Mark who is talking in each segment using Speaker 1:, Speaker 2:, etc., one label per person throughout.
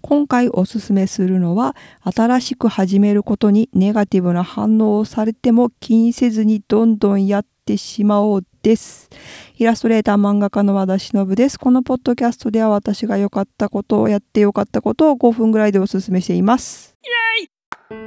Speaker 1: 今回おすすめするのは、新しく始めることにネガティブな反応をされても気にせずにどんどんやってしまおうです。イラストレーター漫画家の和田忍です。このポッドキャストでは私が良かったことをやって良かったことを5分ぐらいでおすすめしています。イエーイ。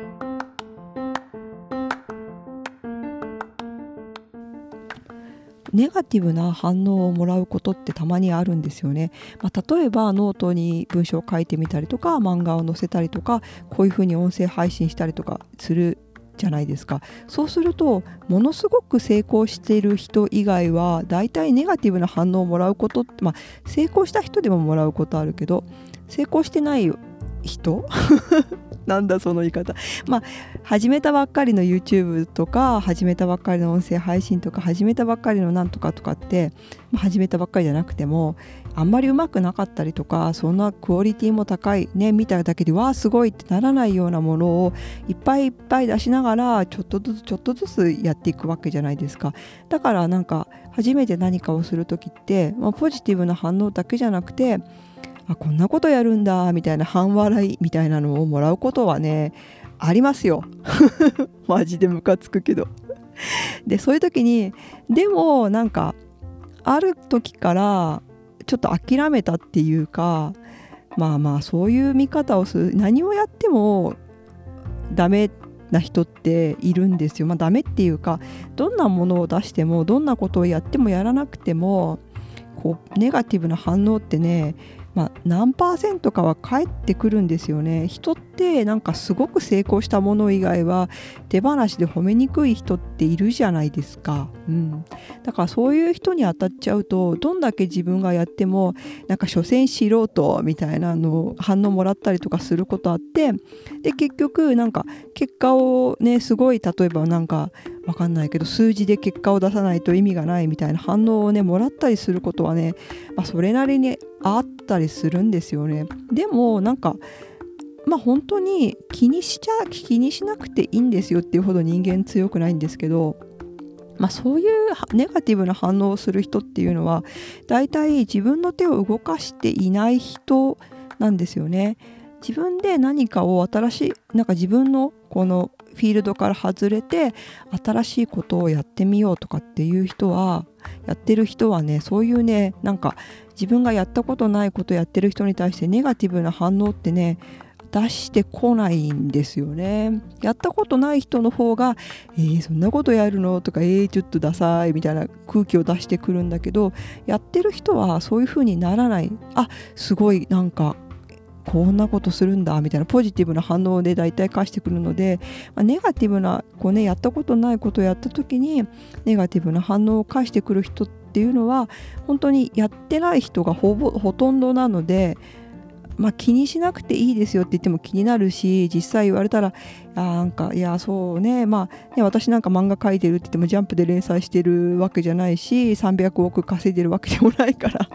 Speaker 1: ネガティブな反応をもらうことってたまにあるんですよね。例えばノートに文章を書いてみたりとか、漫画を載せたりとか、こういうふうに音声配信したりとかするじゃないですか。そうするとものすごく成功している人以外はだいたいネガティブな反応をもらうことって、成功した人でももらうことあるけど、成功してない人なんだその言い方。始めたばっかりの YouTube とか、始めたばっかりの音声配信とか、始めたばっかりのなんとかとかって、始めたばっかりじゃなくてもあんまりうまくなかったりとか、そんなクオリティも高いね見ただけでわあすごいってならないようなものをいっぱいいっぱい出しながらちょっとずつやっていくわけじゃないですか。だから初めて何かをする時って、ポジティブな反応だけじゃなくて、こんなことやるんだみたいな半笑いみたいなのをもらうことはねありますよマジでムカつくけどでそういう時にでもある時からちょっと諦めたっていうか、そういう見方をする、何をやってもダメな人っているんですよ。ダメっていうか、どんなものを出してもどんなことをやってもやらなくてもネガティブな反応ってね、何%かは返ってくるんですよね。人ってすごく成功したもの以外は手放しで褒めにくい人っているじゃないですか。だからそういう人に当たっちゃうと、どんだけ自分がやっても所詮素人みたいなの反応もらったりとかすることあって、で結局結果をね、すごい例えばわかんないけど数字で結果を出さないと意味がないみたいな反応をねもらったりすることはね、それなりにあったりするんですよね。でも本当に気にしなくていいんですよっていうほど人間強くないんですけど、そういうネガティブな反応をする人っていうのはだいたい自分の手を動かしていない人なんですよね。自分で何かを新しい自分のこのフィールドから外れて新しいことをやってみようとかっていう人は、やってる人はね、そういうね自分がやったことないことをやってる人に対してネガティブな反応ってね出してこないんですよね。やったことない人の方がそんなことやるのとかちょっとダサいみたいな空気を出してくるんだけど、やってる人はそういう風にならない。すごいこんなことするんだみたいなポジティブな反応で大体返してくるので、ネガティブなやったことないことをやった時にネガティブな反応を返してくる人っていうのは本当にやってない人がほとんどなので、気にしなくていいですよって言っても気になるし、実際言われたらいやそうね、私漫画描いてるって言ってもジャンプで連載してるわけじゃないし300億稼いでるわけでもないから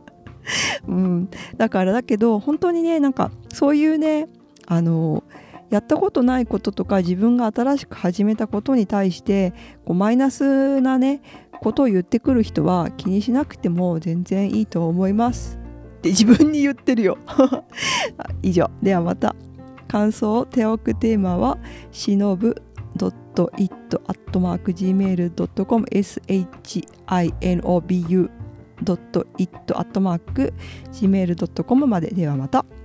Speaker 1: だけど本当にねそういうねやったことないこととか自分が新しく始めたことに対してマイナスなねことを言ってくる人は気にしなくても全然いいと思いますって自分に言ってるよ以上ではまた。感想手送テーマはしのぶ.it@gmail.com shinobu.it@gmail.com まで。ではまた。